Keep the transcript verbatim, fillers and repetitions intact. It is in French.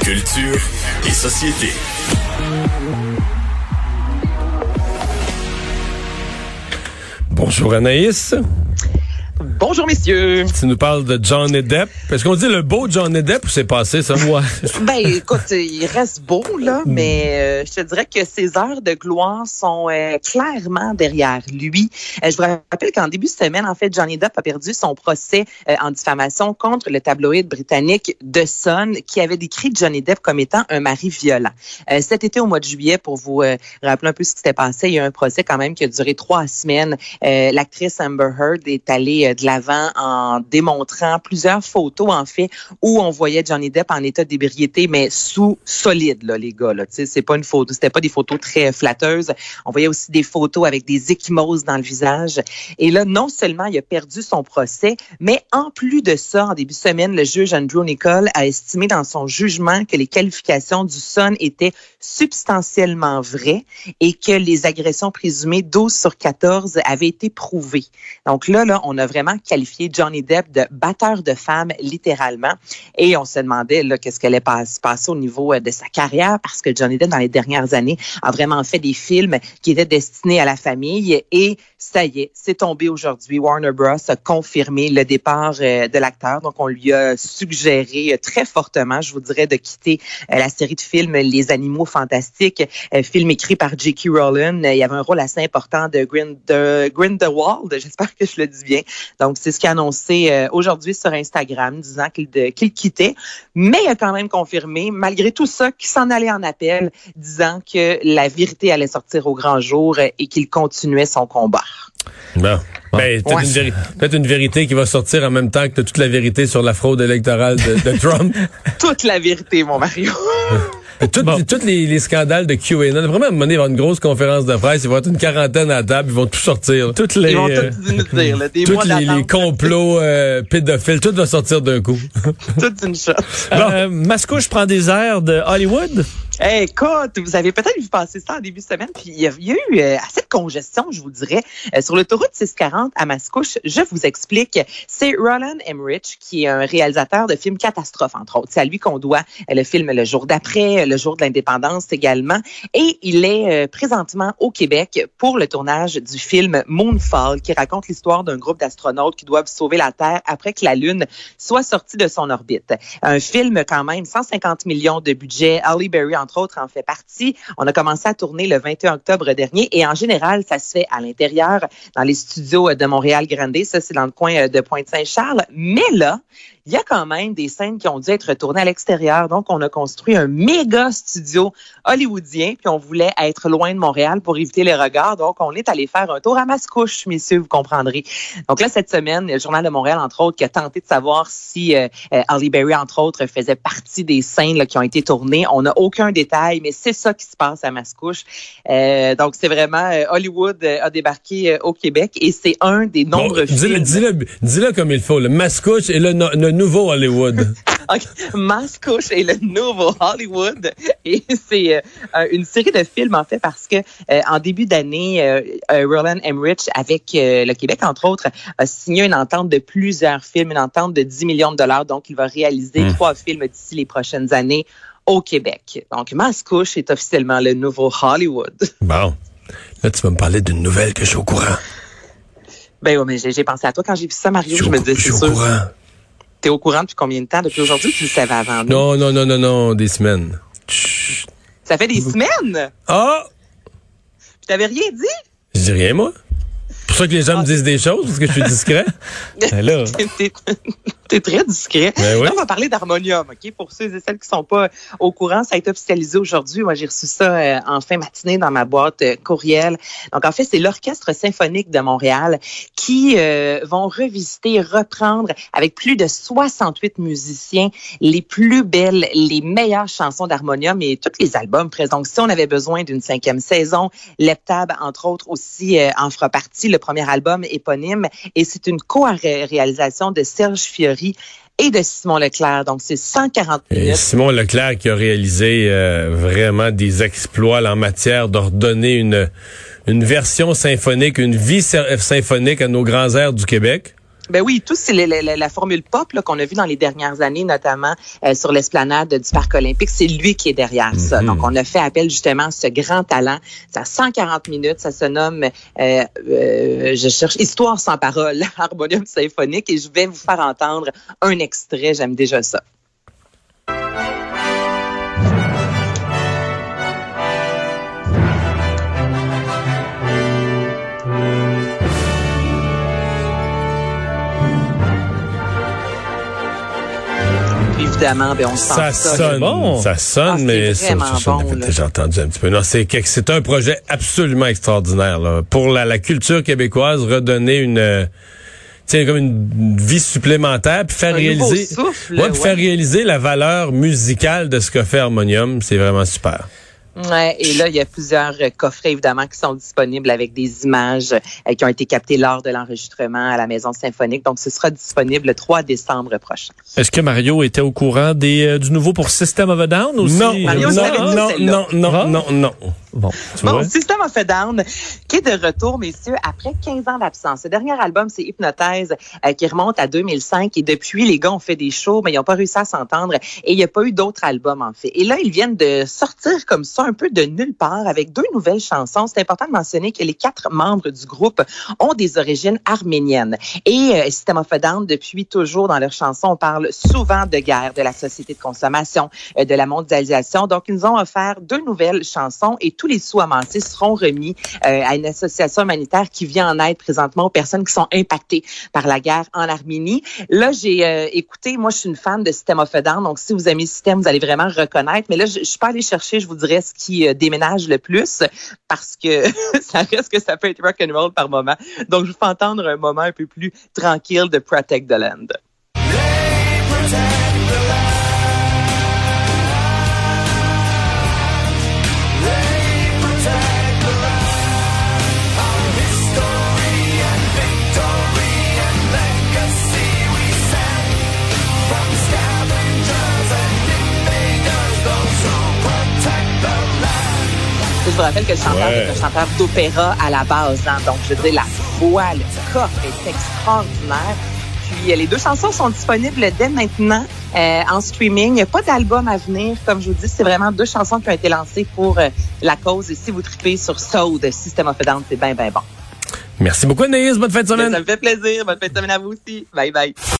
Culture et société. Bonjour Anaïs. Bonjour messieurs. Tu nous parles de Johnny Depp. Est-ce qu'on dit le beau Johnny Depp ou c'est passé ça? Ouais. Ben écoute, il reste beau là, mais euh, je te dirais que ses heures de gloire sont euh, clairement derrière lui. Euh, je vous rappelle qu'en début de semaine, en fait, Johnny Depp a perdu son procès euh, en diffamation contre le tabloïd britannique The Sun, qui avait décrit Johnny Depp comme étant un mari violent. Euh, cet été, au mois de juillet, pour vous euh, rappeler un peu ce qui s'était passé, il y a eu un procès quand même qui a duré trois semaines. Euh, l'actrice Amber Heard est allée euh, de l'avant en démontrant plusieurs photos, en fait, où on voyait Johnny Depp en état d'ébriété, mais sous solide, là, les gars, là. Tu sais, c'est pas une photo, c'était pas des photos très flatteuses. On voyait aussi des photos avec des ecchymoses dans le visage. Et là, non seulement il a perdu son procès, mais en plus de ça, en début de semaine, le juge Andrew Niccol a estimé dans son jugement que les qualifications du Sun étaient substantiellement vraies et que les agressions présumées douze sur quatorze avaient été prouvées. Donc là, là, on a vraiment qualifié Johnny Depp de batteur de femmes, littéralement. Et on se demandait là, qu'est-ce qu'elle allait se passer au niveau de sa carrière, parce que Johnny Depp, dans les dernières années, a vraiment fait des films qui étaient destinés à la famille. Et ça y est, c'est tombé aujourd'hui. Warner Bros. A confirmé le départ de l'acteur. Donc, on lui a suggéré très fortement, je vous dirais, de quitter la série de films Les Animaux Fantastiques, film écrit par J K. Rowling. Il y avait un rôle assez important de, Grind- de Grindelwald, j'espère que je le dis bien. Donc, c'est ce qu'il a annoncé euh, aujourd'hui sur Instagram, disant qu'il, de, qu'il quittait. Mais il a quand même confirmé, malgré tout ça, qu'il s'en allait en appel, disant que la vérité allait sortir au grand jour et qu'il continuait son combat. Bon. Ben, peut-être, Ouais. une véri- peut-être une vérité qui va sortir en même temps que toute la vérité sur la fraude électorale de, de Trump. Toute la vérité, mon Mario. Tous Bon. les, les scandales de Q and A. Vraiment, à un moment donné, il va y avoir une grosse conférence de presse. Il va y avoir une quarantaine à la table. Ils vont tout sortir. Toutes les, Ils vont euh, tout nous dire, là, des tous mois les, les d'attente. complots euh, pédophiles. Tout va sortir d'un coup. Toute une shot. Euh, Mascouche prend des airs de Hollywood. Hey, écoute, vous avez peut-être vu passer ça en début de semaine, puis il y a, il y a eu euh, assez de congestion, je vous dirais, euh, sur l'autoroute six cent quarante à Mascouche. Je vous explique. C'est Roland Emmerich, qui est un réalisateur de films catastrophes, entre autres. C'est à lui qu'on doit euh, le film Le jour d'après, Le jour de l'indépendance également. Et il est euh, présentement au Québec pour le tournage du film Moonfall, qui raconte l'histoire d'un groupe d'astronautes qui doivent sauver la Terre après que la Lune soit sortie de son orbite. Un film quand même, cent cinquante millions de budget. Halle Berry, entre autres, en fait partie. On a commencé à tourner le vingt et un octobre dernier et en général, ça se fait à l'intérieur, dans les studios de Montréal-Grande. Ça, c'est dans le coin de Pointe-Saint-Charles. Mais là, il y a quand même des scènes qui ont dû être tournées à l'extérieur. Donc, on a construit un méga studio hollywoodien, puis on voulait être loin de Montréal pour éviter les regards. Donc, on est allé faire un tour à Mascouche, messieurs, vous comprendrez. Donc là, cette semaine, le Journal de Montréal, entre autres, qui a tenté de savoir si euh, Halle Berry, entre autres, faisait partie des scènes là, qui ont été tournées. On n'a aucun détail, mais c'est ça qui se passe à Mascouche. Euh, donc, c'est vraiment euh, Hollywood euh, a débarqué euh, au Québec et c'est un des nombreux Bon, films. dis-le, dis-le, dis-le comme il faut. Le Mascouche et le, no- le nouveau Hollywood. Okay. Mascouche est le nouveau Hollywood et c'est euh, une série de films en fait parce que euh, en début d'année, euh, euh, Roland Emmerich avec euh, le Québec entre autres a signé une entente de plusieurs films, une entente de dix millions de dollars. Donc il va réaliser mmh. trois films d'ici les prochaines années au Québec. Donc Mascouche est officiellement le nouveau Hollywood. Bon, là tu vas me parler d'une nouvelle que je suis au courant. Ben oui, mais j'ai, j'ai pensé à toi quand j'ai vu ça, Mario. Je, je me disais, c'est sûr. Je suis au courant. T'es au courant depuis combien de temps? Depuis aujourd'hui, tu le savais avant? Non, non, non, non, non, des semaines. Chut. Ça fait des semaines? Ah! Puis t'avais rien dit? Je dis rien, moi. C'est pour ça que les gens ah. me disent des choses, parce que je suis discret. Ben là. t'es, t'es très discret. Ben oui. Là, on va parler d'harmonium, OK? Pour ceux et celles qui sont pas au courant, ça a été officialisé aujourd'hui. Moi, j'ai reçu ça euh, en fin matinée dans ma boîte euh, courriel. Donc, en fait, c'est l'Orchestre symphonique de Montréal qui euh, vont revisiter, reprendre avec plus de soixante-huit musiciens les plus belles, les meilleures chansons d'harmonium et tous les albums présents. Donc, si on avait besoin d'une cinquième saison, Leptab, entre autres, aussi euh, en fera partie. Le premier album éponyme et c'est une co-réalisation de Serge Fiori et de Simon Leclerc. Donc, c'est cent quarante minutes. Et Simon Leclerc qui a réalisé euh, vraiment des exploits là, en matière d'ordonner une, une version symphonique, une vie symphonique à nos grands airs du Québec. Ben oui, tout c'est la, la, la formule pop là, qu'on a vue dans les dernières années, notamment euh, sur l'esplanade du Parc olympique. C'est lui qui est derrière ça. Mm-hmm. Donc, on a fait appel justement à ce grand talent. C'est à cent quarante minutes. Ça se nomme, euh, euh, je cherche, Histoire sans parole, Harmonium symphonique. Et je vais vous faire entendre un extrait. J'aime déjà ça. Évidemment, ben on sent ça. Ça sonne, bon. ça sonne, ah, mais ça, ça, ça, bon, ça déjà entendu un petit peu. Non, c'est c'est un projet absolument extraordinaire là. Pour la, la culture québécoise, redonner une, tiens, comme une vie supplémentaire, puis faire un réaliser, souffle, ouais, puis ouais. faire réaliser la valeur musicale de ce qu'a fait Harmonium, c'est vraiment super. Ouais, et là, il y a plusieurs euh, coffrets, évidemment, qui sont disponibles avec des images euh, qui ont été captées lors de l'enregistrement à la Maison symphonique. Donc, ce sera disponible le trois décembre prochain. Est-ce que Mario était au courant des, euh, du nouveau pour System of a Down aussi? Non, Mario, non, non, non, non, non, Ah. non, non. Bon, tu Bon, vois. System of a Down, qui est de retour, messieurs, après quinze ans d'absence. Ce dernier album, c'est Hypnotize, euh, qui remonte à deux mille cinq. Et depuis, les gars ont fait des shows, mais ils n'ont pas réussi à s'entendre. Et il n'y a pas eu d'autres albums, en fait. Et là, ils viennent de sortir comme ça, un peu de nulle part, avec deux nouvelles chansons. C'est important de mentionner que les quatre membres du groupe ont des origines arméniennes. Et euh, System of a Down, depuis toujours, dans leurs chansons, on parle souvent de guerre, de la société de consommation, euh, de la mondialisation. Donc, ils nous ont offert deux nouvelles chansons et tous les sous amassés seront remis euh, à une association humanitaire qui vient en aide présentement aux personnes qui sont impactées par la guerre en Arménie. Là, j'ai euh, écouté, moi, je suis une fan de System of a Down, donc si vous aimez System, vous allez vraiment reconnaître. Mais là, je, je suis pas allée chercher, je vous dirais, ce qui euh, déménage le plus, parce que ça reste que ça peut être rock and roll par moment. Donc, je vous fais entendre un moment un peu plus tranquille de Protect the Land. Je vous rappelle que le chanteur Ouais. est un chanteur d'opéra à la base. Hein? Donc, je veux dire, la voix, le coffre est extraordinaire. Puis, les deux chansons sont disponibles dès maintenant euh, en streaming. Il n'y a pas d'album à venir. Comme je vous dis, c'est vraiment deux chansons qui ont été lancées pour euh, la cause. Et si vous tripez sur Soul de System of a Down, c'est bien, bien bon. Merci beaucoup, Anaïs. Bonne fin de semaine. Ça me fait plaisir. Bonne fin de semaine à vous aussi. Bye, bye.